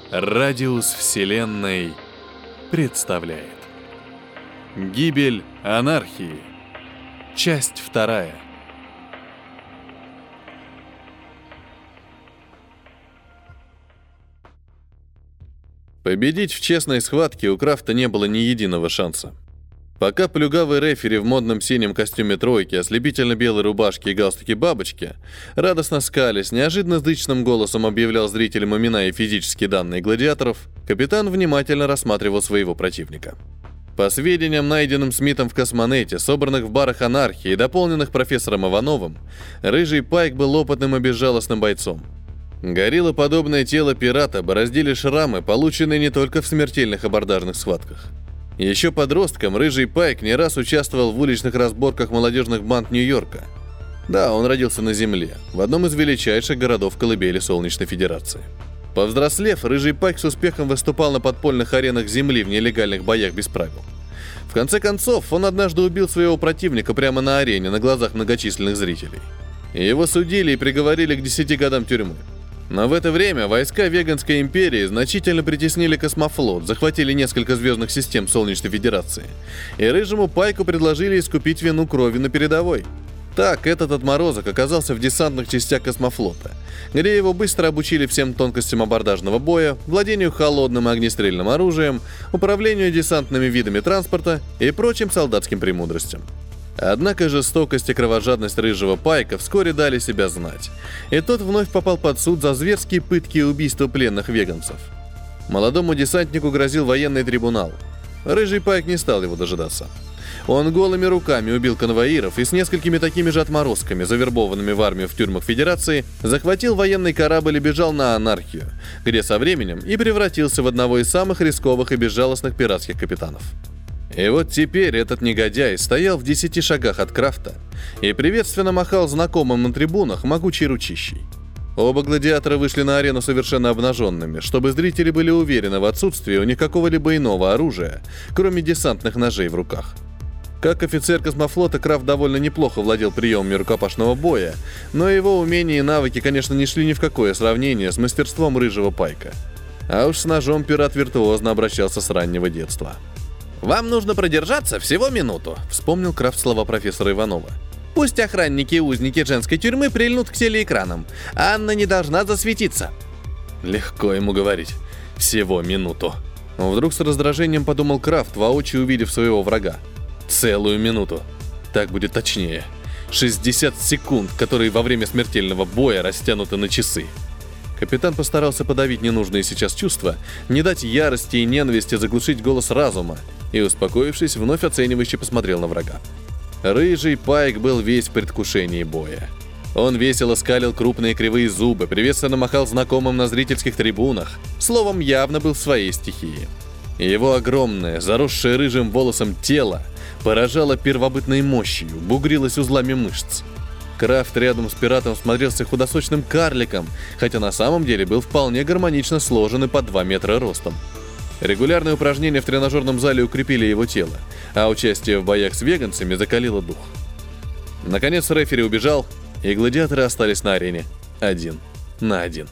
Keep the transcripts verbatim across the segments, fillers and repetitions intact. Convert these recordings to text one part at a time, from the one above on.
Радиус Вселенной представляет Гибель анархии. Часть вторая. Победить в честной схватке у Крафта не было ни единого шанса. Пока плюгавый рефери в модном синем костюме тройки, ослепительно-белой рубашке и галстуке бабочки, радостно скалясь, неожиданно зычным голосом объявлял зрителям имена и физические данные гладиаторов, капитан внимательно рассматривал своего противника. По сведениям, найденным Смитом в космонете, собранных в барах анархии и дополненных профессором Ивановым, рыжий Пайк был опытным и безжалостным бойцом. Гориллоподобное тело пирата бороздили шрамы, полученные не только в смертельных абордажных схватках. Еще подростком рыжий Пайк не раз участвовал в уличных разборках молодежных банд Нью-Йорка. Да, он родился на Земле, в одном из величайших городов колыбели Солнечной Федерации. Повзрослев, рыжий Пайк с успехом выступал на подпольных аренах Земли в нелегальных боях без правил. В конце концов, он однажды убил своего противника прямо на арене, на глазах многочисленных зрителей. Его судили и приговорили к десяти годам тюрьмы. Но в это время войска Веганской империи значительно притеснили космофлот, захватили несколько звездных систем Солнечной Федерации, и рыжему Пайку предложили искупить вину кровью на передовой. Так, этот отморозок оказался в десантных частях космофлота, где его быстро обучили всем тонкостям абордажного боя, владению холодным и огнестрельным оружием, управлению десантными видами транспорта и прочим солдатским премудростям. Однако жестокость и кровожадность рыжего Пайка вскоре дали себя знать, и тот вновь попал под суд за зверские пытки и убийства пленных веганцев. Молодому десантнику грозил военный трибунал. Рыжий Пайк не стал его дожидаться. Он голыми руками убил конвоиров и с несколькими такими же отморозками, завербованными в армию в тюрьмах Федерации, захватил военный корабль и бежал на анархию, где со временем и превратился в одного из самых рисковых и безжалостных пиратских капитанов. И вот теперь этот негодяй стоял в десяти шагах от Крафта и приветственно махал знакомым на трибунах могучей ручищей. Оба гладиатора вышли на арену совершенно обнаженными, чтобы зрители были уверены в отсутствии у них какого-либо иного оружия, кроме десантных ножей в руках. Как офицер космофлота, Крафт довольно неплохо владел приемами рукопашного боя, но его умения и навыки, конечно, не шли ни в какое сравнение с мастерством рыжего Пайка. А уж с ножом пират виртуозно обращался с раннего детства. «Вам нужно продержаться всего минуту», — вспомнил Крафт слова профессора Иванова. «Пусть охранники и узники женской тюрьмы прильнут к телеэкранам. Анна не должна засветиться». Легко ему говорить. Всего минуту. Вдруг с раздражением подумал Крафт, воочию увидев своего врага. Целую минуту. Так будет точнее. шестьдесят секунд, которые во время смертельного боя растянуты на часы. Капитан постарался подавить ненужные сейчас чувства, не дать ярости и ненависти заглушить голос разума, и, успокоившись, вновь оценивающе посмотрел на врага. Рыжий Пайк был весь в предвкушении боя. Он весело скалил крупные кривые зубы, приветственно махал знакомым на зрительских трибунах, словом, явно был в своей стихии. Его огромное, заросшее рыжим волосом тело поражало первобытной мощью, бугрилось узлами мышц. Крафт рядом с пиратом смотрелся худосочным карликом, хотя на самом деле был вполне гармонично сложен и под два метра ростом. Регулярные упражнения в тренажерном зале укрепили его тело, а участие в боях с веганцами закалило дух. Наконец рефери убежал, и гладиаторы остались на арене один на один.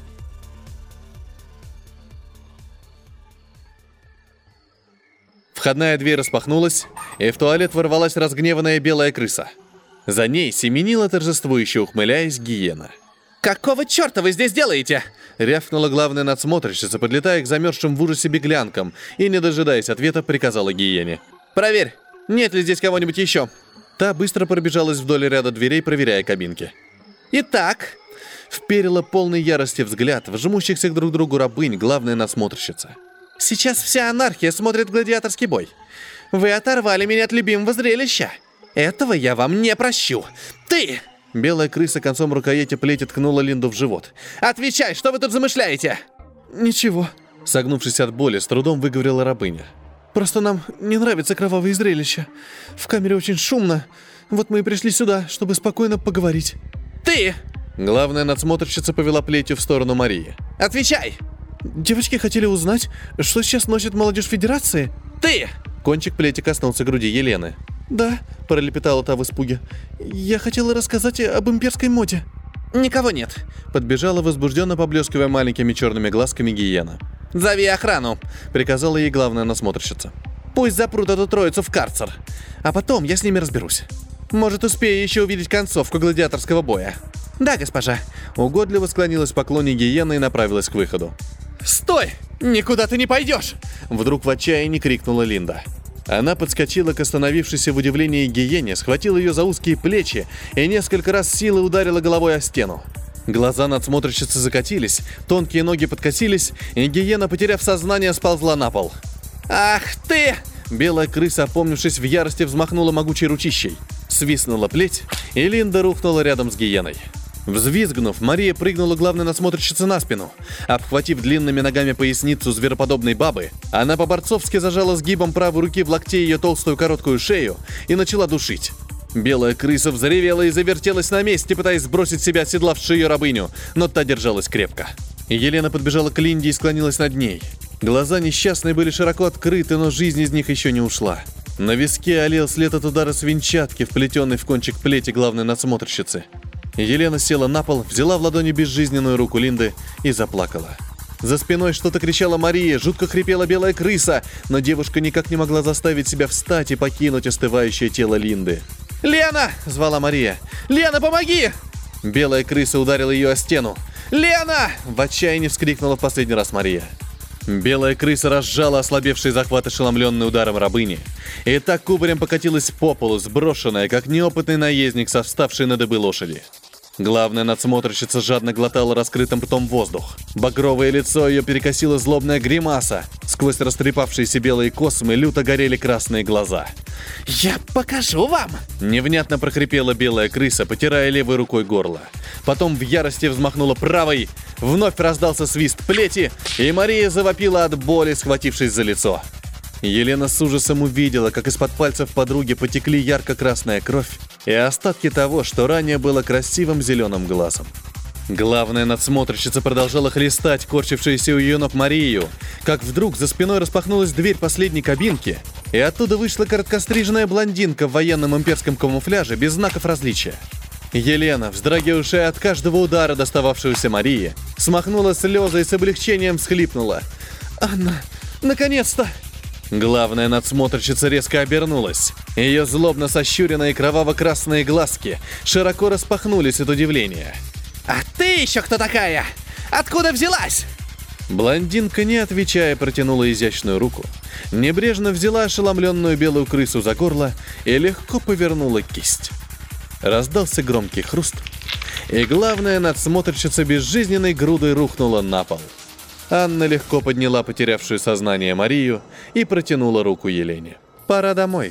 Входная дверь распахнулась, и в туалет ворвалась разгневанная белая крыса. За ней семенила торжествующе ухмыляясь гиена. «Какого черта вы здесь делаете?» — рявкнула главная надсмотрщица, подлетая к замерзшим в ужасе беглянкам, и, не дожидаясь ответа, приказала гиене. «Проверь, нет ли здесь кого-нибудь еще?» Та быстро пробежалась вдоль ряда дверей, проверяя кабинки. «Итак...» — вперила полный ярости взгляд в жмущихся друг к другу рабынь главная надсмотрщица. «Сейчас вся анархия смотрит гладиаторский бой. Вы оторвали меня от любимого зрелища. Этого я вам не прощу. Ты!» Белая крыса концом рукояти плети ткнула Линду в живот. «Отвечай, что вы тут замышляете?» «Ничего», — согнувшись от боли, с трудом выговорила рабыня. «Просто нам не нравится кровавое зрелище. В камере очень шумно. Вот мы и пришли сюда, чтобы спокойно поговорить». «Ты!» Главная надсмотрщица повела плетью в сторону Марии. «Отвечай!» «Девочки хотели узнать, что сейчас носит молодежь Федерации». «Ты!» Кончик плети коснулся груди Елены. «Да», — пролепетала та в испуге. «Я хотела рассказать об имперской моде». «Никого нет», — подбежала, возбужденно поблескивая маленькими черными глазками гиена. «Зови охрану», — приказала ей главная насмотрщица. «Пусть запрут эту троицу в карцер, а потом я с ними разберусь. Может, успею еще увидеть концовку гладиаторского боя». «Да, госпожа», — угодливо склонилась в поклоне гиена и направилась к выходу. «Стой! Никуда ты не пойдешь!» — вдруг в отчаянии крикнула Линда. Она подскочила к остановившейся в удивлении гиене, схватила ее за узкие плечи и несколько раз силой ударила головой о стену. Глаза надсмотрщицы закатились, тонкие ноги подкосились, и гиена, потеряв сознание, сползла на пол. «Ах ты!» Белая крыса, опомнившись в ярости, взмахнула могучей ручищей. Свистнула плеть, и Линда рухнула рядом с гиеной. Взвизгнув, Мария прыгнула главной насмотрщице на спину. Обхватив длинными ногами поясницу звероподобной бабы, она по-борцовски зажала сгибом правой руки в локте ее толстую короткую шею и начала душить. Белая крыса взревела и завертелась на месте, пытаясь сбросить с себя оседлавшую ее рабыню, но та держалась крепко. Елена подбежала к Линде и склонилась над ней. Глаза несчастной были широко открыты, но жизнь из них еще не ушла. На виске олел след от удара свинчатки, вплетенной в кончик плети главной надсмотрщицы. Елена села на пол, взяла в ладони безжизненную руку Линды и заплакала. За спиной что-то кричала Мария, жутко хрипела белая крыса, но девушка никак не могла заставить себя встать и покинуть остывающее тело Линды. «Лена!» — звала Мария. «Лена, помоги!» Белая крыса ударила ее о стену. «Лена!» — в отчаянии вскрикнула в последний раз Мария. Белая крыса разжала ослабевший захват, ошеломленный ударом рабыни, и так кубарем покатилась по полу, сброшенная, как неопытный наездник со вставшей на дыбы лошади. Главная надсмотрщица жадно глотала раскрытым ртом воздух. Багровое лицо ее перекосило злобная гримаса. Сквозь растрепавшиеся белые космы люто горели красные глаза. «Я покажу вам!» Невнятно прохрипела белая крыса, потирая левой рукой горло. Потом в ярости взмахнула правой. Вновь раздался свист плети, и Мария завопила от боли, схватившись за лицо. Елена с ужасом увидела, как из-под пальцев подруги потекли ярко-красная кровь и остатки того, что ранее было красивым зеленым глазом. Главная надсмотрщица продолжала хлестать корчившуюся у ее ног Марию, как вдруг за спиной распахнулась дверь последней кабинки, и оттуда вышла короткостриженная блондинка в военном имперском камуфляже без знаков различия. Елена, вздрагивавшая от каждого удара, достававшегося Марии, смахнула слезы и с облегчением всхлипнула. «Анна, наконец-то!» Главная надсмотрщица резко обернулась. Ее злобно сощуренные кроваво-красные глазки широко распахнулись от удивления. «А ты еще кто такая? Откуда взялась?» Блондинка, не отвечая, протянула изящную руку, небрежно взяла ошеломленную белую крысу за горло и легко повернула кисть. Раздался громкий хруст, и главная надсмотрщица безжизненной грудой рухнула на пол. Анна легко подняла потерявшую сознание Марию и протянула руку Елене. «Пора домой».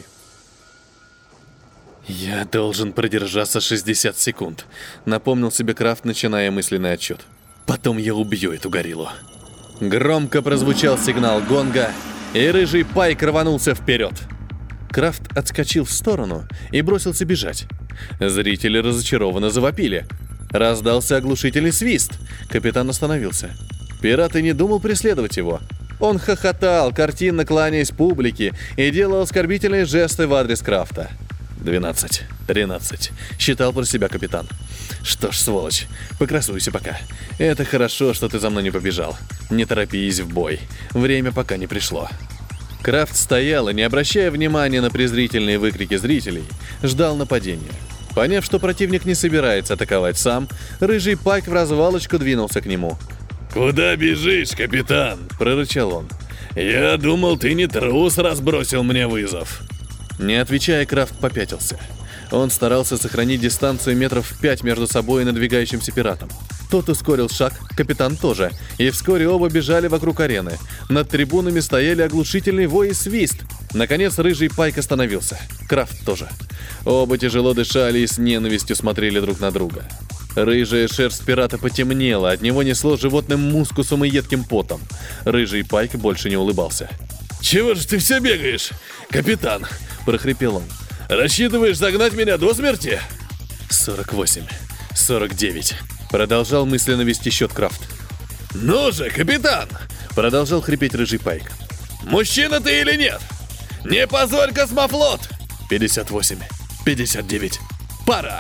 «Я должен продержаться шестьдесят секунд», — напомнил себе Крафт, начиная мысленный отчет. «Потом я убью эту гориллу». Громко прозвучал сигнал гонга, и рыжий Пайк рванулся вперед. Крафт отскочил в сторону и бросился бежать. Зрители разочарованно завопили. Раздался оглушительный свист. Капитан остановился. Пират и не думал преследовать его. Он хохотал, картинно кланяясь публике, и делал оскорбительные жесты в адрес Крафта. «Двенадцать, тринадцать», — считал про себя капитан. «Что ж, сволочь, покрасуйся пока. Это хорошо, что ты за мной не побежал. Не торопись в бой. Время пока не пришло». Крафт стоял и, не обращая внимания на презрительные выкрики зрителей, ждал нападения. Поняв, что противник не собирается атаковать сам, рыжий Пайк в развалочку двинулся к нему. «Куда бежишь, капитан?» – прорычал он. «Я думал, ты не трус, раз бросил мне вызов». Не отвечая, Крафт попятился. Он старался сохранить дистанцию метров в пять между собой и надвигающимся пиратом. Тот ускорил шаг, капитан тоже, и вскоре оба бежали вокруг арены. Над трибунами стояли оглушительный вой и свист. Наконец рыжий Пайк остановился. Крафт тоже. Оба тяжело дышали и с ненавистью смотрели друг на друга. Рыжая шерсть пирата потемнела, от него несло животным мускусом и едким потом. Рыжий Пайк больше не улыбался. «Чего же ты все бегаешь, капитан?» – прохрипел он. «Рассчитываешь загнать меня до смерти?» «сорок восемь, сорок девять», – продолжал мысленно вести счет Крафт. «Ну же, капитан!» – продолжал хрипеть рыжий Пайк. «Мужчина ты или нет? Не позорь космофлот!» «пятьдесят восемь, пятьдесят девять, «Пора!»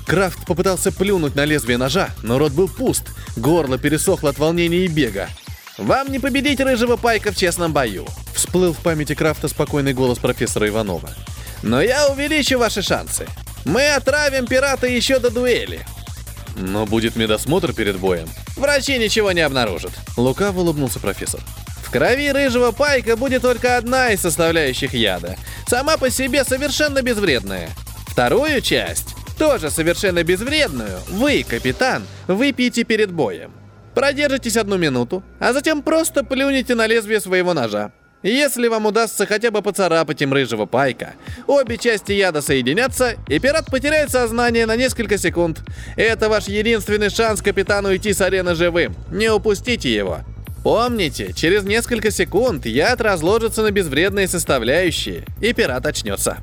Крафт попытался плюнуть на лезвие ножа, но рот был пуст, горло пересохло от волнения и бега. «Вам не победить рыжего Пайка в честном бою», — всплыл в памяти Крафта спокойный голос профессора Иванова. «Но я увеличу ваши шансы. Мы отравим пирата еще до дуэли». «Но будет медосмотр перед боем». «Врачи ничего не обнаружат», — лукаво улыбнулся профессор. «В крови рыжего Пайка будет только одна из составляющих яда, сама по себе совершенно безвредная. Вторую часть, тоже совершенно безвредную, вы, капитан, выпьете перед боем. Продержитесь одну минуту, а затем просто плюните на лезвие своего ножа. Если вам удастся хотя бы поцарапать им рыжего Пайка, обе части яда соединятся, и пират потеряет сознание на несколько секунд. Это ваш единственный шанс, капитан, уйти с арены живым. Не упустите его. Помните, через несколько секунд яд разложится на безвредные составляющие, и пират очнется».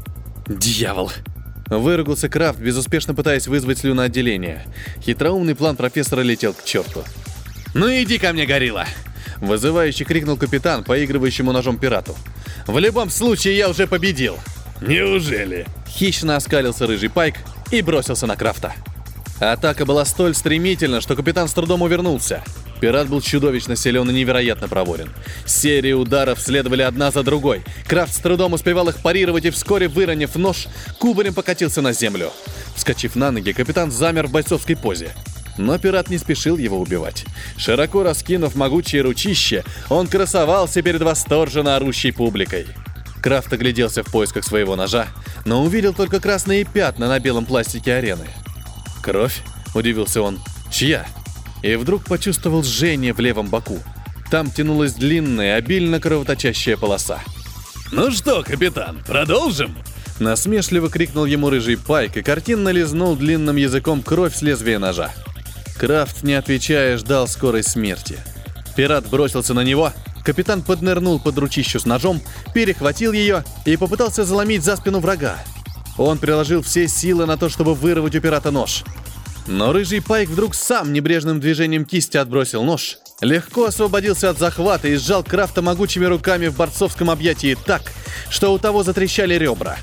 «Дьявол!» Выругался Крафт, безуспешно пытаясь вызвать слюноотделение. Хитроумный план профессора летел к черту. «Ну иди ко мне, горилла!» Вызывающе крикнул капитан, поигрывающему ножом пирату. «В любом случае я уже победил!» «Неужели?» Хищно оскалился рыжий Пайк и бросился на Крафта. Атака была столь стремительна, что капитан с трудом увернулся. Пират был чудовищно силен и невероятно проворен. Серии ударов следовали одна за другой. Крафт с трудом успевал их парировать и вскоре, выронив нож, кубарем покатился на землю. Вскочив на ноги, капитан замер в бойцовской позе. Но пират не спешил его убивать. Широко раскинув могучее ручище, он красовался перед восторженно орущей публикой. Крафт огляделся в поисках своего ножа, но увидел только красные пятна на белом пластике арены. «Кровь?» – удивился он. «Чья?» И вдруг почувствовал жжение в левом боку. Там тянулась длинная, обильно кровоточащая полоса. «Ну что, капитан, продолжим?» Насмешливо крикнул ему рыжий Пайк и картинно лизнул длинным языком кровь с лезвия ножа. Крафт, не отвечая, ждал скорой смерти. Пират бросился на него, капитан поднырнул под ручищу с ножом, перехватил ее и попытался заломить за спину врага. Он приложил все силы на то, чтобы вырвать у пирата нож. Но рыжий Пайк вдруг сам небрежным движением кисти отбросил нож, легко освободился от захвата и сжал Крафта могучими руками в борцовском объятии так, что у того затрещали ребра.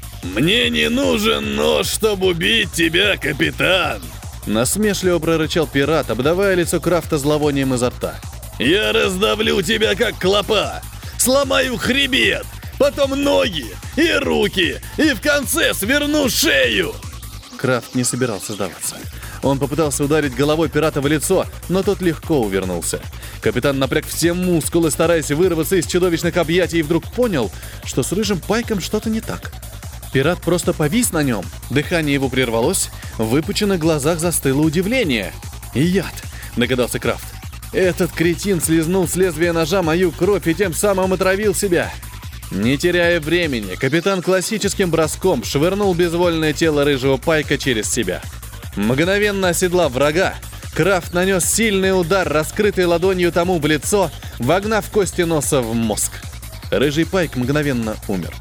«Мне не нужен нож, чтобы убить тебя, капитан!» Насмешливо прорычал пират, обдавая лицо Крафта зловонием изо рта. «Я раздавлю тебя, как клопа! Сломаю хребет, потом ноги и руки, и в конце сверну шею!» Крафт не собирался сдаваться. Он попытался ударить головой пирата в лицо, но тот легко увернулся. Капитан напряг все мускулы, стараясь вырваться из чудовищных объятий, и вдруг понял, что с рыжим Пайком что-то не так. Пират просто повис на нем, дыхание его прервалось, в выпученных глазах застыло удивление. «И яд», — догадался Крафт. «Этот кретин слизнул с лезвия ножа мою кровь и тем самым отравил себя». Не теряя времени, капитан классическим броском швырнул безвольное тело рыжего Пайка через себя. Мгновенно оседлав врага, Крафт нанес сильный удар, раскрытой ладонью тому в лицо, вогнав кости носа в мозг. Рыжий Пайк мгновенно умер.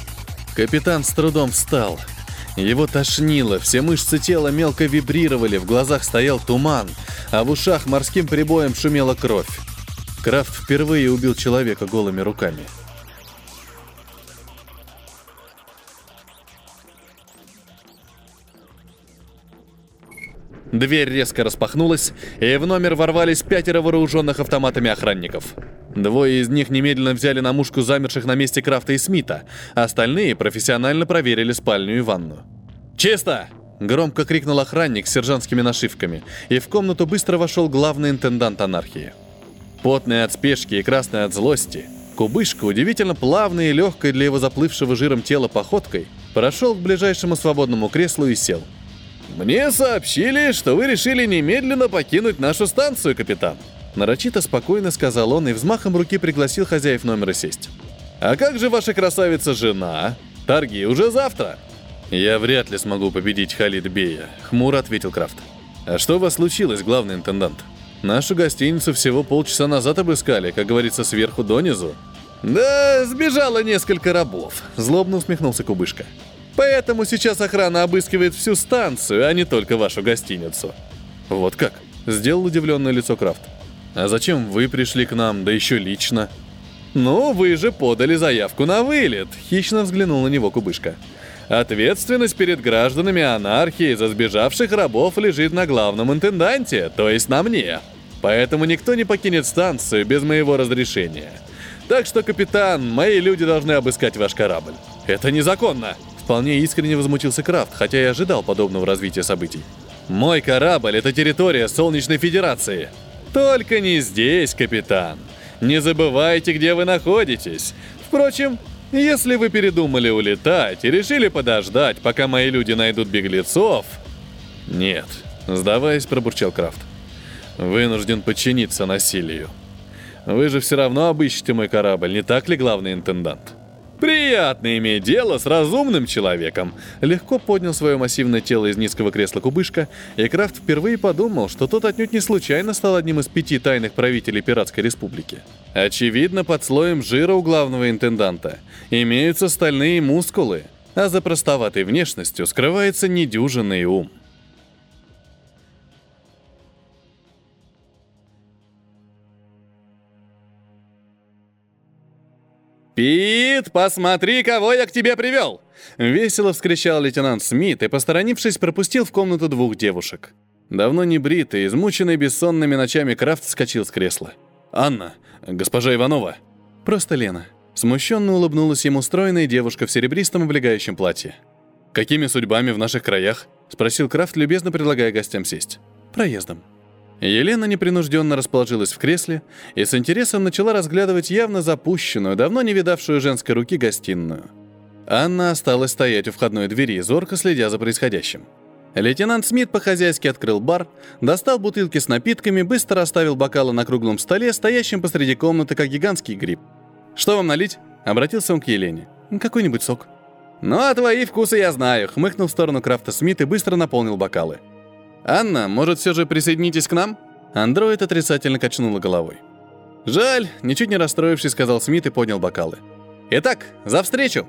Капитан с трудом встал. Его тошнило, все мышцы тела мелко вибрировали, в глазах стоял туман, а в ушах морским прибоем шумела кровь. Крафт впервые убил человека голыми руками. Дверь резко распахнулась, и в номер ворвались пятеро вооруженных автоматами охранников. Двое из них немедленно взяли на мушку замерших на месте Крафта и Смита, а остальные профессионально проверили спальню и ванну. «Чисто!» — громко крикнул охранник с сержантскими нашивками, и в комнату быстро вошел главный интендант анархии. Потный от спешки и красный от злости, Кубышка, удивительно плавной и легкой для его заплывшего жиром тела походкой, прошел к ближайшему свободному креслу и сел. «Мне сообщили, что вы решили немедленно покинуть нашу станцию, капитан», нарочито спокойно сказал он и взмахом руки пригласил хозяев номера сесть. «А как же ваша красавица-жена? Торги уже завтра». «Я вряд ли смогу победить Халид Бея», — хмуро ответил Крафт. «А что у вас случилось, главный интендант? Нашу гостиницу всего полчаса назад обыскали, как говорится, сверху донизу». «Да, сбежало несколько рабов», — злобно усмехнулся Кубышка. «Поэтому сейчас охрана обыскивает всю станцию, а не только вашу гостиницу». «Вот как?» — сделал удивленное лицо Крафт. «А зачем вы пришли к нам, да еще лично?» «Ну, вы же подали заявку на вылет», — хищно взглянул на него Кубышка. Ответственность перед гражданами анархии за сбежавших рабов лежит на главном интенданте, то есть на мне. Поэтому никто не покинет станцию без моего разрешения. Так что, капитан, мои люди должны обыскать ваш корабль. Это незаконно. Вполне искренне возмутился Крафт, хотя и ожидал подобного развития событий. Мой корабль — это территория Солнечной Федерации. Только не здесь, капитан. Не забывайте, где вы находитесь. Впрочем, если вы передумали улетать и решили подождать, пока мои люди найдут беглецов... Нет, сдаваясь, пробурчал Крафт. Вынужден подчиниться насилию. Вы же все равно обыщете мой корабль, не так ли, главный интендант? Приятно иметь дело с разумным человеком. Легко поднял свое массивное тело из низкого кресла кубышка, и Крафт впервые подумал, что тот отнюдь не случайно стал одним из пяти тайных правителей Пиратской Республики. Очевидно, под слоем жира у главного интенданта имеются стальные мускулы, а за простоватой внешностью скрывается недюжинный ум. «Пит, посмотри, кого я к тебе привел!» Весело вскричал лейтенант Смит и, посторонившись, пропустил в комнату двух девушек. Давно не бритый, измученный бессонными ночами Крафт вскочил с кресла. «Анна, госпожа Иванова!» «Просто Лена». Смущенно улыбнулась ему стройная девушка в серебристом облегающем платье. «Какими судьбами в наших краях?» — спросил Крафт, любезно предлагая гостям сесть. «Проездом». Елена непринужденно расположилась в кресле и с интересом начала разглядывать явно запущенную, давно не видавшую женской руки гостиную. Анна осталась стоять у входной двери, зорко следя за происходящим. Лейтенант Смит по-хозяйски открыл бар, достал бутылки с напитками, быстро расставил бокалы на круглом столе, стоящем посреди комнаты, как гигантский гриб. «Что вам налить?» — обратился он к Елене. «Какой-нибудь сок». «Ну, а твои вкусы я знаю», — хмыкнул в сторону Крафта Смит и быстро наполнил бокалы. «Анна, может, все же присоединитесь к нам?» Андроид отрицательно качнула головой. «Жаль», — ничуть не расстроившись, сказал Смит и поднял бокалы. «Итак, за встречу!»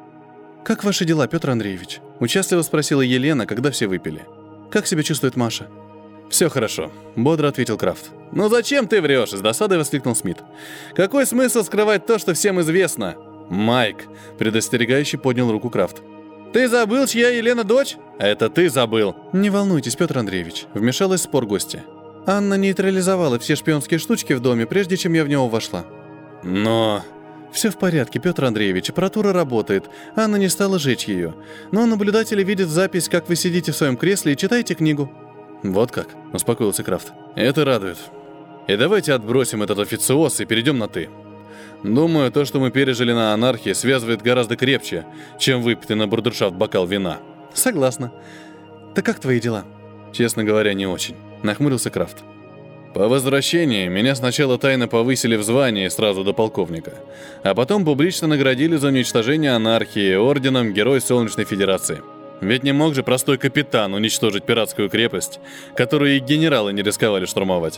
«Как ваши дела, Петр Андреевич?» — участливо спросила Елена, когда все выпили. «Как себя чувствует Маша?» «Все хорошо», — бодро ответил Крафт. «Ну зачем ты врешь?» — с досадой воскликнул Смит. «Какой смысл скрывать то, что всем известно?» «Майк», — предостерегающе поднял руку Крафт. «Ты забыл, чья Елена дочь?» «Это ты забыл!» «Не волнуйтесь, Петр Андреевич», — вмешалась в спор гостья. «Анна нейтрализовала все шпионские штучки в доме, прежде чем я в него вошла». «Но...» «Все в порядке, Петр Андреевич, аппаратура работает. Анна не стала жечь ее. Но наблюдатели видят запись, как вы сидите в своем кресле и читаете книгу». «Вот как», — успокоился Крафт. «Это радует. И давайте отбросим этот официоз и перейдем на «ты». Думаю, то, что мы пережили на анархии, связывает гораздо крепче, чем выпитый на бурдершафт бокал вина». «Согласна. Так как твои дела?» «Честно говоря, не очень», — нахмурился Крафт. «По возвращении меня сначала тайно повысили в звании сразу до полковника, а потом публично наградили за уничтожение анархии орденом Герой Солнечной Федерации. Ведь не мог же простой капитан уничтожить пиратскую крепость, которую и генералы не рисковали штурмовать.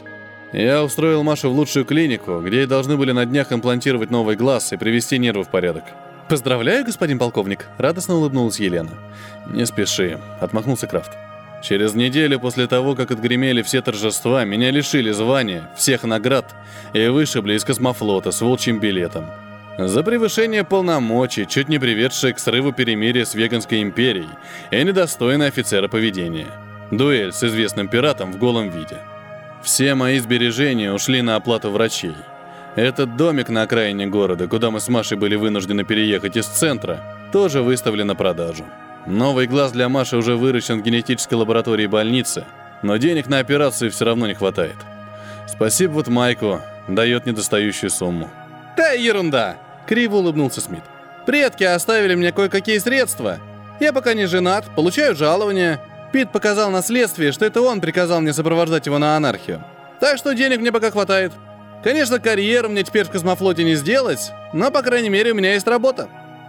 Я устроил Машу в лучшую клинику, где ей должны были на днях имплантировать новый глаз и привести нервы в порядок». «Поздравляю, господин полковник», — радостно улыбнулась Елена. «Не спеши», — отмахнулся Крафт. «Через неделю после того, как отгремели все торжества, меня лишили звания, всех наград и вышибли из космофлота с волчьим билетом. За превышение полномочий, чуть не приведшее к срыву перемирия с Веганской империей и недостойное офицера поведения. Дуэль с известным пиратом в голом виде. Все мои сбережения ушли на оплату врачей. Этот домик на окраине города, куда мы с Машей были вынуждены переехать из центра, тоже выставлен на продажу. Новый глаз для Маши уже выращен в генетической лаборатории больницы, но денег на операцию все равно не хватает. Спасибо вот Майку, дает недостающую сумму». «Да ерунда!» — криво улыбнулся Смит. «Предки оставили мне кое-какие средства. Я пока не женат, получаю жалование. Пит показал на следствии, что это он приказал мне сопровождать его на анархию. Так что денег мне пока хватает. Конечно, карьеру мне теперь в космофлоте не сделать, но, по крайней мере, у меня есть работа».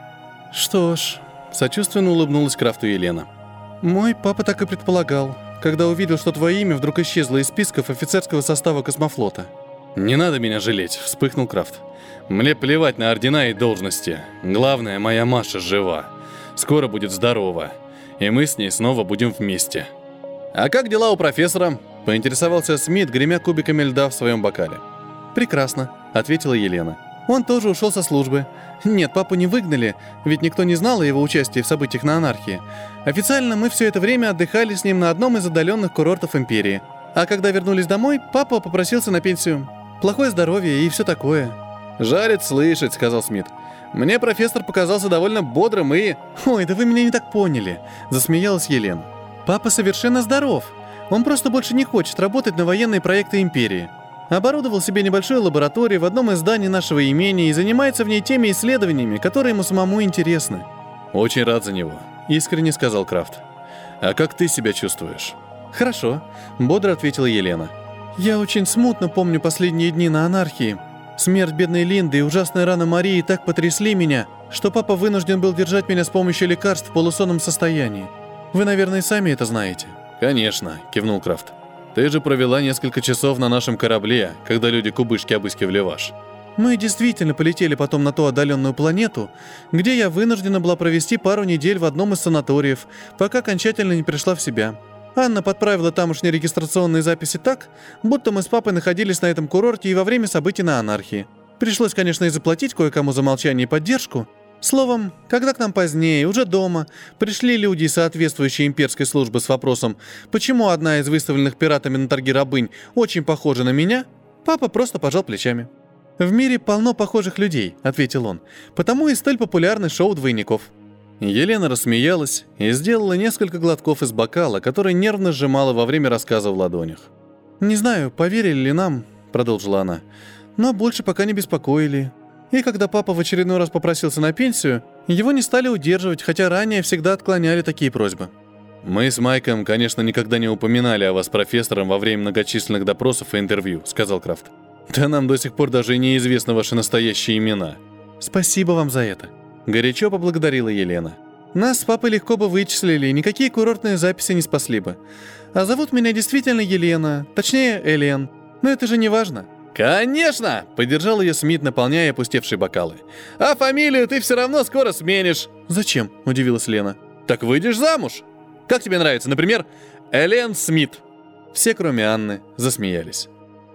«Что ж...» — сочувственно улыбнулась Крафту Елена. «Мой папа так и предполагал, когда увидел, что твое имя вдруг исчезло из списков офицерского состава космофлота». «Не надо меня жалеть», — вспыхнул Крафт. «Мне плевать на ордена и должности. Главное, моя Маша жива. Скоро будет здорова. И мы с ней снова будем вместе». «А как дела у профессора?» — поинтересовался Смит, гремя кубиками льда в своем бокале. «Прекрасно», — ответила Елена. Он тоже ушел со службы. Нет, папу не выгнали, ведь никто не знал о его участии в событиях на Анархии. Официально мы все это время отдыхали с ним на одном из отдаленных курортов Империи. А когда вернулись домой, папа попросился на пенсию. Плохое здоровье и все такое. «Жарит слышать», — сказал Смит. «Мне профессор показался довольно бодрым и...» «Ой, да вы меня не так поняли», — засмеялась Елена. «Папа совершенно здоров. Он просто больше не хочет работать на военные проекты Империи. Оборудовал себе небольшую лабораторию в одном из зданий нашего имения и занимается в ней теми исследованиями, которые ему самому интересны». «Очень рад за него», — искренне сказал Крафт. «А как ты себя чувствуешь?» «Хорошо», — бодро ответила Елена. «Я очень смутно помню последние дни на Анархии. Смерть бедной Линды и ужасная рана Марии так потрясли меня, что папа вынужден был держать меня с помощью лекарств в полусонном состоянии. Вы, наверное, сами это знаете». «Конечно», — кивнул Крафт. «Ты же провела несколько часов на нашем корабле, когда люди-кубышки обыскивали ваш». «Мы действительно полетели потом на ту отдаленную планету, где я вынуждена была провести пару недель в одном из санаториев, пока окончательно не пришла в себя. Анна подправила тамошние регистрационные записи так, будто мы с папой находились на этом курорте и во время событий на Анархии. Пришлось, конечно, и заплатить кое-кому за молчание и поддержку. Словом, когда к нам позднее, уже дома, пришли люди из соответствующей имперской службы с вопросом, почему одна из выставленных пиратами на торги рабынь очень похожа на меня, папа просто пожал плечами. «В мире полно похожих людей», — ответил он, «потому и столь популярны шоу двойников». Елена рассмеялась и сделала несколько глотков из бокала, который нервно сжимала во время рассказа в ладонях. «Не знаю, поверили ли нам», — продолжила она, «но больше пока не беспокоили. И когда папа в очередной раз попросился на пенсию, его не стали удерживать, хотя ранее всегда отклоняли такие просьбы». «Мы с Майком, конечно, никогда не упоминали о вас профессором во время многочисленных допросов и интервью», — сказал Крафт. «Да нам до сих пор даже неизвестны ваши настоящие имена». «Спасибо вам за это», — горячо поблагодарила Елена. «Нас с папой легко бы вычислили, и никакие курортные записи не спасли бы. А зовут меня действительно Елена, точнее, Элен. Но это же не важно». «Конечно!» — поддержал ее Смит, наполняя опустевшие бокалы. «А фамилию ты все равно скоро сменишь». «Зачем?» — удивилась Лена. «Так выйдешь замуж. Как тебе нравится, например, Элен Смит?» Все, кроме Анны, засмеялись.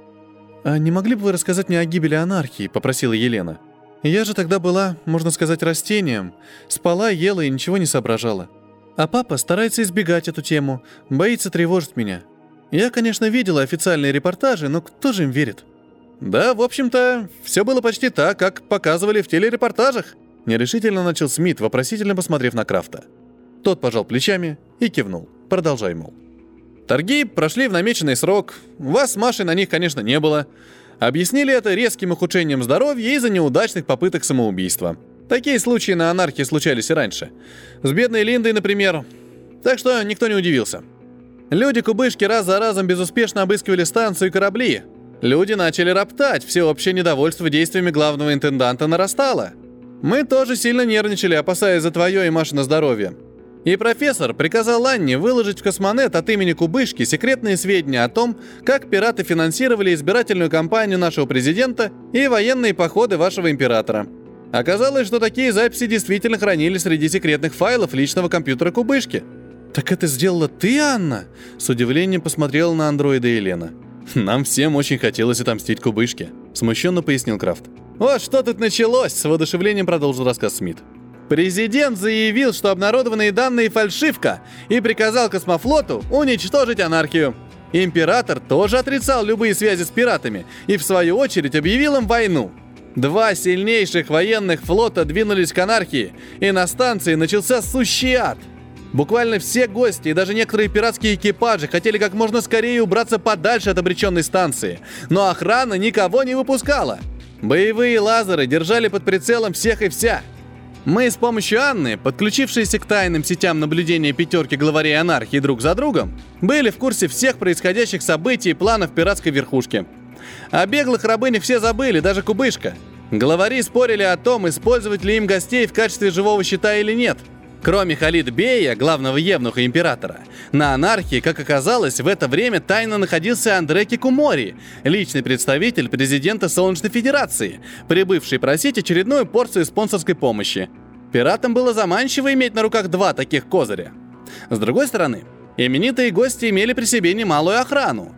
«А не могли бы вы рассказать мне о гибели Анархии?» — попросила Елена. «Я же тогда была, можно сказать, растением. Спала, ела и ничего не соображала. А папа старается избегать эту тему, боится тревожить меня. Я, конечно, видела официальные репортажи, но кто же им верит?» «Да, в общем-то, все было почти так, как показывали в телерепортажах», — нерешительно начал Смит, вопросительно посмотрев на Крафта. Тот пожал плечами и кивнул. «Продолжай, мол». «Торги прошли в намеченный срок. Вас с Машей на них, конечно, не было. Объяснили это резким ухудшением здоровья из-за неудачных попыток самоубийства. Такие случаи на Анархии случались и раньше. С бедной Линдой, например. Так что никто не удивился. Люди-кубышки раз за разом безуспешно обыскивали станцию и корабли. Люди начали роптать, всеобщее недовольство действиями главного интенданта нарастало. Мы тоже сильно нервничали, опасаясь за твое и Машино здоровье. И профессор приказал Анне выложить в Космонет от имени Кубышки секретные сведения о том, как пираты финансировали избирательную кампанию нашего президента и военные походы вашего императора. Оказалось, что такие записи действительно хранились среди секретных файлов личного компьютера Кубышки. «Так это сделала ты, Анна?» С удивлением посмотрела на андроида Елена. «Нам всем очень хотелось отомстить Кубышке», — смущенно пояснил Крафт. «Вот что тут началось!» — с воодушевлением продолжил рассказ Смит. «Президент заявил, что обнародованные данные фальшивка, и приказал космофлоту уничтожить Анархию. Император тоже отрицал любые связи с пиратами и, в свою очередь, объявил им войну. Два сильнейших военных флота двинулись к Анархии, и на станции начался сущий ад. Буквально все гости и даже некоторые пиратские экипажи хотели как можно скорее убраться подальше от обреченной станции, но охрана никого не выпускала. Боевые лазеры держали под прицелом всех и вся. Мы с помощью Анны, подключившиеся к тайным сетям наблюдения пятерки главарей Анархии друг за другом, были в курсе всех происходящих событий и планов пиратской верхушки. О беглых рабынях все забыли, даже Кубышка. Главари спорили о том, использовать ли им гостей в качестве живого щита или нет. Кроме Халид Бея, главного евнуха императора, на Анархии, как оказалось, в это время тайно находился Андре Кикумори, личный представитель президента Солнечной Федерации, прибывший просить очередную порцию спонсорской помощи. Пиратам было заманчиво иметь на руках два таких козыря. С другой стороны, именитые гости имели при себе немалую охрану.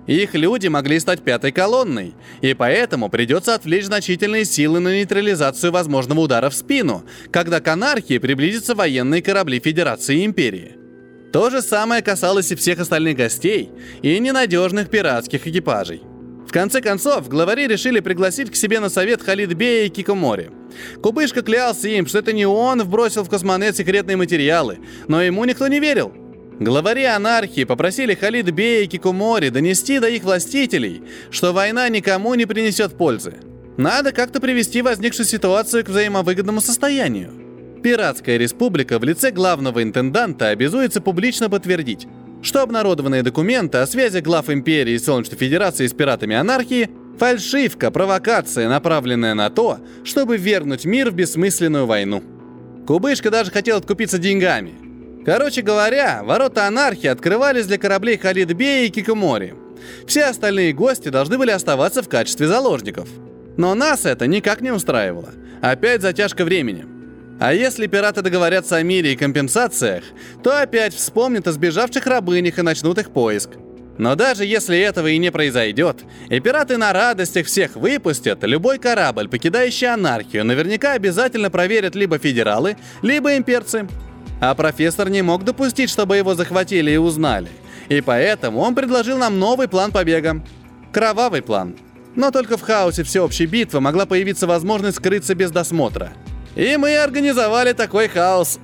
Их люди могли стать пятой колонной, и поэтому придется отвлечь значительные силы на нейтрализацию возможного удара в спину, когда к анархии приблизятся военные корабли Федерации и Империи. То же самое касалось и всех остальных гостей и ненадежных пиратских экипажей. В конце концов, главари решили пригласить к себе на совет Халид-Бея и Кикимори. Кубышка клялся им, что это не он вбросил в космонет секретные материалы, но ему никто не верил. Главари анархии попросили Халид-Бея и Кикимори донести до их властителей, что война никому не принесет пользы. Надо как-то привести возникшую ситуацию к взаимовыгодному состоянию. Пиратская республика в лице главного интенданта обязуется публично подтвердить, что обнародованные документы о связи глав Империи и Солнечной Федерации с пиратами анархии – фальшивка, провокация, направленная на то, чтобы ввергнуть мир в бессмысленную войну. Кубышка даже хотел откупиться деньгами. Короче говоря, ворота анархии открывались для кораблей Халид-Бея и Кикимори. Все остальные гости должны были оставаться в качестве заложников. Но нас это никак не устраивало. Опять затяжка времени. А если пираты договорятся о мире и компенсациях, то опять вспомнят о сбежавших рабынях и начнут их поиск. Но даже если этого и не произойдет, и пираты на радостях всех выпустят, любой корабль, покидающий анархию, наверняка обязательно проверят либо федералы, либо имперцы. А профессор не мог допустить, чтобы его захватили и узнали. И поэтому он предложил нам новый план побега. Кровавый план. Но только в хаосе всеобщей битвы могла появиться возможность скрыться без досмотра. И мы организовали такой хаос.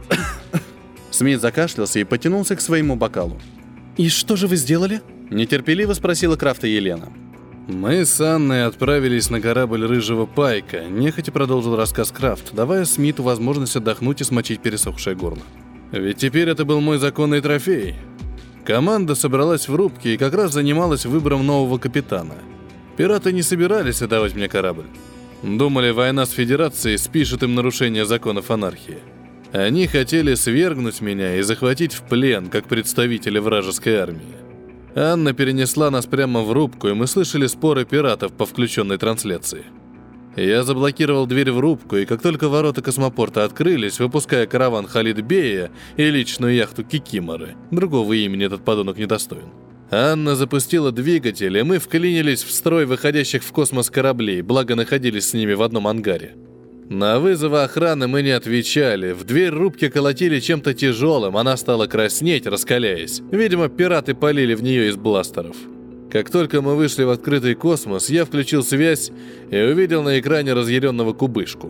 Смит закашлялся и потянулся к своему бокалу. «И что же вы сделали?» — нетерпеливо спросила Крафта Елена. «Мы с Анной отправились на корабль Рыжего Пайка», — нехотя продолжил рассказ Крафт, давая Смиту возможность отдохнуть и смочить пересохшее горло. «Ведь теперь это был мой законный трофей. Команда собралась в рубке и как раз занималась выбором нового капитана. Пираты не собирались отдавать мне корабль. Думали, война с Федерацией спишет им нарушение законов анархии. Они хотели свергнуть меня и захватить в плен, как представители вражеской армии. Анна перенесла нас прямо в рубку, и мы слышали споры пиратов по включенной трансляции. Я заблокировал дверь в рубку, и как только ворота космопорта открылись, выпуская караван Халид-Бея и личную яхту Кикиморы, другого имени этот подонок недостоин, Анна запустила двигатель, и мы вклинились в строй выходящих в космос кораблей, благо находились с ними в одном ангаре. На вызовы охраны мы не отвечали, в дверь рубки колотили чем-то тяжелым, она стала краснеть, раскаляясь. Видимо, пираты полили в нее из бластеров. Как только мы вышли в открытый космос, я включил связь и увидел на экране разъяренного Кубышку.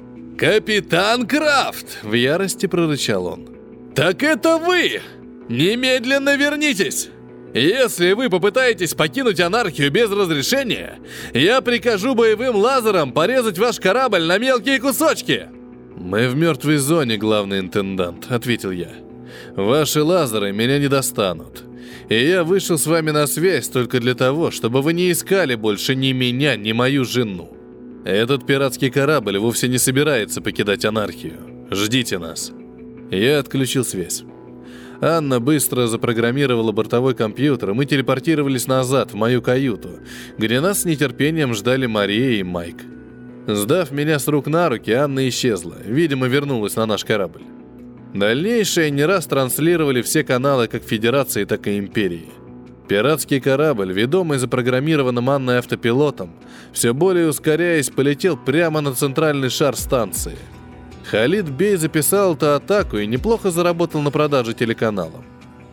«Капитан Крафт!» — в ярости прорычал он. «Так это вы! Немедленно вернитесь! Если вы попытаетесь покинуть анархию без разрешения, я прикажу боевым лазерам порезать ваш корабль на мелкие кусочки!» «Мы в мертвой зоне, главный интендант», — ответил я. «Ваши лазеры меня не достанут. И я вышел с вами на связь только для того, чтобы вы не искали больше ни меня, ни мою жену. Этот пиратский корабль вовсе не собирается покидать анархию. Ждите нас». Я отключил связь. Анна быстро запрограммировала бортовой компьютер, и мы телепортировались назад, в мою каюту, где нас с нетерпением ждали Мария и Майк. Сдав меня с рук на руки, Анна исчезла, видимо, вернулась на наш корабль. Дальнейшее не раз транслировали все каналы как Федерации, так и Империи. Пиратский корабль, ведомый запрограммированным Анной автопилотом, все более ускоряясь, полетел прямо на центральный шар станции. Халид-Бей записал эту атаку и неплохо заработал на продаже телеканалам.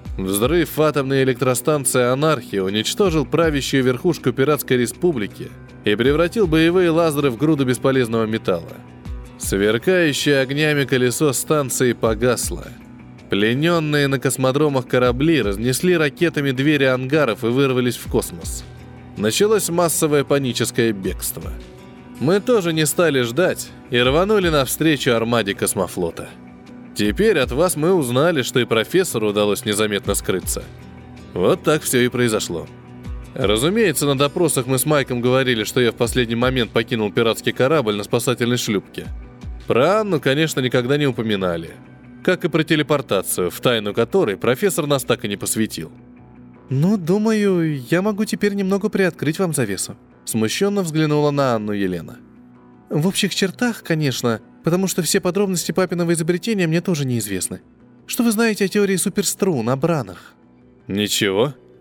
Взрыв атомной электростанции «Анархия» уничтожил правящую верхушку Пиратской Республики и превратил боевые лазеры в груду бесполезного металла. Сверкающее огнями колесо станции погасло. Плененные на космодромах корабли разнесли ракетами двери ангаров и вырвались в космос. Началось массовое паническое бегство. Мы тоже не стали ждать и рванули навстречу армаде космофлота. Теперь от вас мы узнали, что и профессору удалось незаметно скрыться. Вот так все и произошло. Разумеется, на допросах мы с Майком говорили, что я в последний момент покинул пиратский корабль на спасательной шлюпке. Про Анну, конечно, никогда не упоминали. Как и про телепортацию, в тайну которой профессор нас так и не посвятил. «Ну, думаю, я могу теперь немного приоткрыть вам завесу», — смущенно взглянула на Анну Елена. «В общих чертах, конечно, потому что все подробности папиного изобретения мне тоже неизвестны. Что вы знаете о теории суперструн, о бранах?» «Ничего», —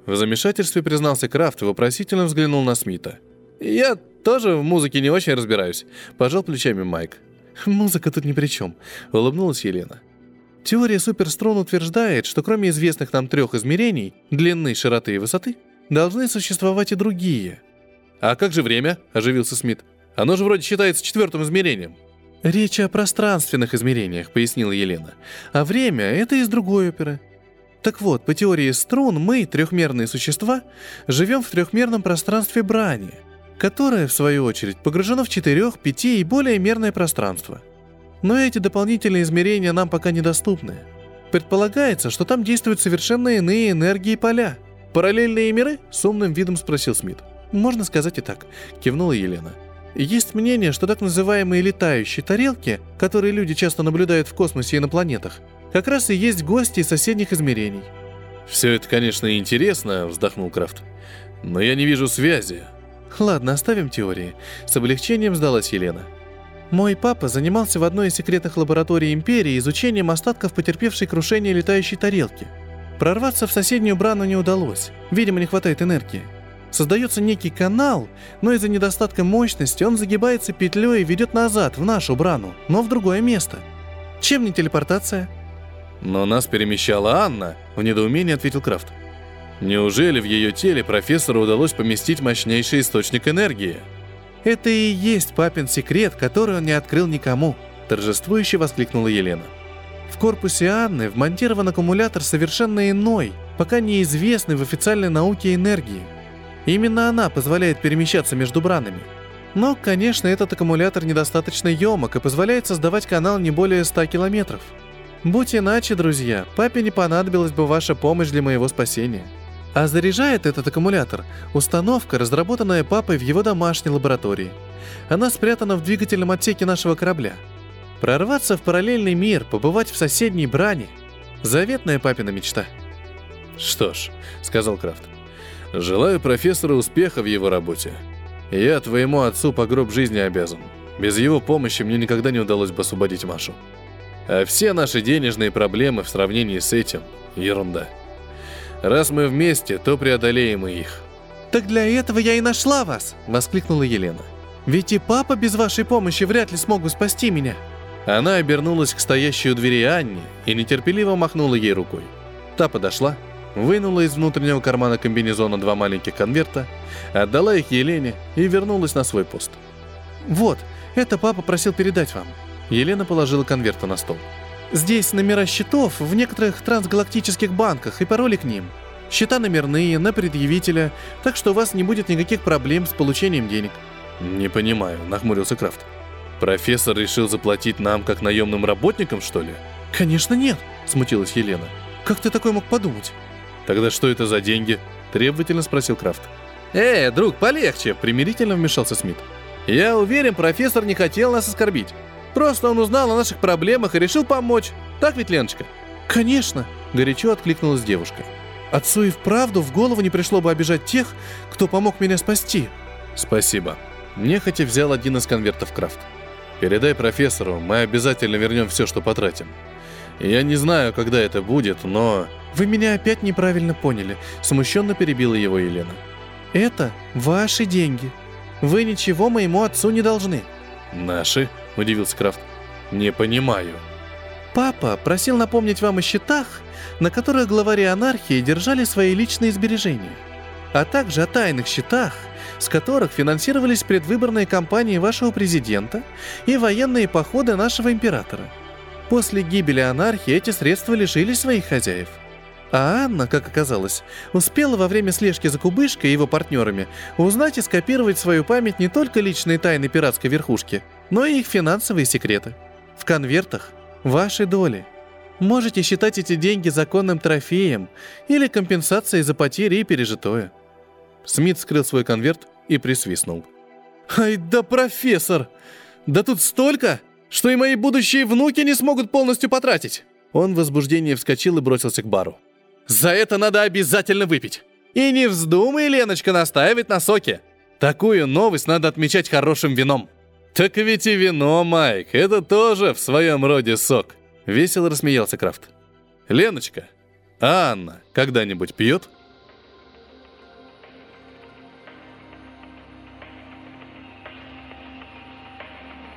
В замешательстве признался Крафт и вопросительно взглянул на Смита. «Я тоже в музыке не очень разбираюсь», — пожал плечами Майк. «Музыка тут ни при чем», — улыбнулась Елена. «Теория суперструн утверждает, что кроме известных нам трех измерений — длины, широты и высоты — должны существовать и другие». «А как же время?» — оживился Смит. «Оно же вроде считается четвертым измерением». «Речь о пространственных измерениях», — пояснила Елена. «А время — это из другой оперы. Так вот, по теории струн мы, трехмерные существа, живем в трехмерном пространстве брани, которое, в свою очередь, погружено в четырех, пяти и более мерное пространство. Но эти дополнительные измерения нам пока недоступны. Предполагается, что там действуют совершенно иные энергии и поля». «Параллельные миры?» — с умным видом спросил Смит. «Можно сказать и так», — кивнула Елена. «Есть мнение, что так называемые летающие тарелки, которые люди часто наблюдают в космосе и на планетах, как раз и есть гости из соседних измерений». «Все это, конечно, интересно», — вздохнул Крафт. «Но я не вижу связи». «Ладно, оставим теории», — с облегчением сдалась Елена. «Мой папа занимался в одной из секретных лабораторий Империи изучением остатков потерпевшей крушение летающей тарелки. Прорваться в соседнюю брану не удалось, видимо, не хватает энергии. Создается некий канал, но из-за недостатка мощности он загибается петлей и ведет назад, в нашу брану, но в другое место. Чем не телепортация?» «Но нас перемещала Анна», — в недоумении ответил Крафт. «Неужели в ее теле профессору удалось поместить мощнейший источник энергии?» «Это и есть папин секрет, который он не открыл никому», — торжествующе воскликнула Елена. «В корпусе Анны вмонтирован аккумулятор совершенно иной, пока неизвестный в официальной науке энергии. Именно она позволяет перемещаться между бранами. Но, конечно, этот аккумулятор недостаточно емок и позволяет создавать канал не более ста километров. Будь иначе, друзья, папе не понадобилась бы ваша помощь для моего спасения. А заряжает этот аккумулятор установка, разработанная папой в его домашней лаборатории. Она спрятана в двигательном отсеке нашего корабля. Прорваться в параллельный мир, побывать в соседней бране — заветная папина мечта». «Что ж», — сказал Крафт, — «желаю профессору успеха в его работе. Я твоему отцу по гроб жизни обязан. Без его помощи мне никогда не удалось бы освободить Машу. А все наши денежные проблемы в сравнении с этим — ерунда. Раз мы вместе, то преодолеем и их». «Так для этого я и нашла вас!» — воскликнула Елена. «Ведь и папа без вашей помощи вряд ли смог бы спасти меня». Она обернулась к стоящей у двери Анне и нетерпеливо махнула ей рукой. Та подошла, вынула из внутреннего кармана комбинезона два маленьких конверта, отдала их Елене и вернулась на свой пост. «Вот, это папа просил передать вам». Елена положила конверты на стол. «Здесь номера счетов в некоторых трансгалактических банках и пароли к ним. Счета номерные, на предъявителя, так что у вас не будет никаких проблем с получением денег». «Не понимаю», — нахмурился Крафт. «Профессор решил заплатить нам как наемным работникам, что ли?» «Конечно нет», — смутилась Елена. «Как ты такой мог подумать?» «Тогда что это за деньги?» — требовательно спросил Крафт. «Эй, друг, полегче!» — примирительно вмешался Смит. «Я уверен, профессор не хотел нас оскорбить. Просто он узнал о наших проблемах и решил помочь. Так ведь, Леночка?» «Конечно!» — горячо откликнулась девушка. «Отцу и вправду в голову не пришло бы обижать тех, кто помог меня спасти». «Спасибо». Нехотя взял один из конвертов Крафт. «Передай профессору, мы обязательно вернем все, что потратим. Я не знаю, когда это будет, но...» «Вы меня опять неправильно поняли», — смущенно перебила его Елена. «Это ваши деньги. Вы ничего моему отцу не должны». «Наши?» — удивился Крафт. «Не понимаю». «Папа просил напомнить вам о счетах, на которых главари анархии держали свои личные сбережения, а также о тайных счетах, с которых финансировались предвыборные кампании вашего президента и военные походы нашего императора. После гибели анархии эти средства лишились своих хозяев. А Анна, как оказалось, успела во время слежки за Кубышкой и его партнерами узнать и скопировать в свою память не только личные тайны пиратской верхушки, но и их финансовые секреты. В конвертах ваши доли. Можете считать эти деньги законным трофеем или компенсацией за потери и пережитое». Смит скрыл свой конверт и присвистнул. «Ай да профессор! Да тут столько, что и мои будущие внуки не смогут полностью потратить!» Он в возбуждении вскочил и бросился к бару. «За это надо обязательно выпить! И не вздумай, Леночка, настаивать на соке! Такую новость надо отмечать хорошим вином!» «Так ведь и вино, Майк, это тоже в своем роде сок!» Весело рассмеялся Крафт. «Леночка, а Анна когда-нибудь пьет?»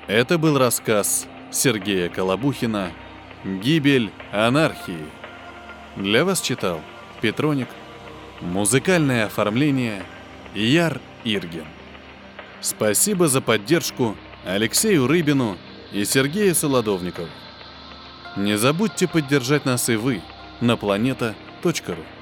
Это был рассказ Сергея Колобухина «Гибель анархии». Для вас читал Петроник. Музыкальное оформление Яр Ирген. Спасибо за поддержку Алексею Рыбину и Сергею Солодовникову. Не забудьте поддержать нас и вы на планета точка ру.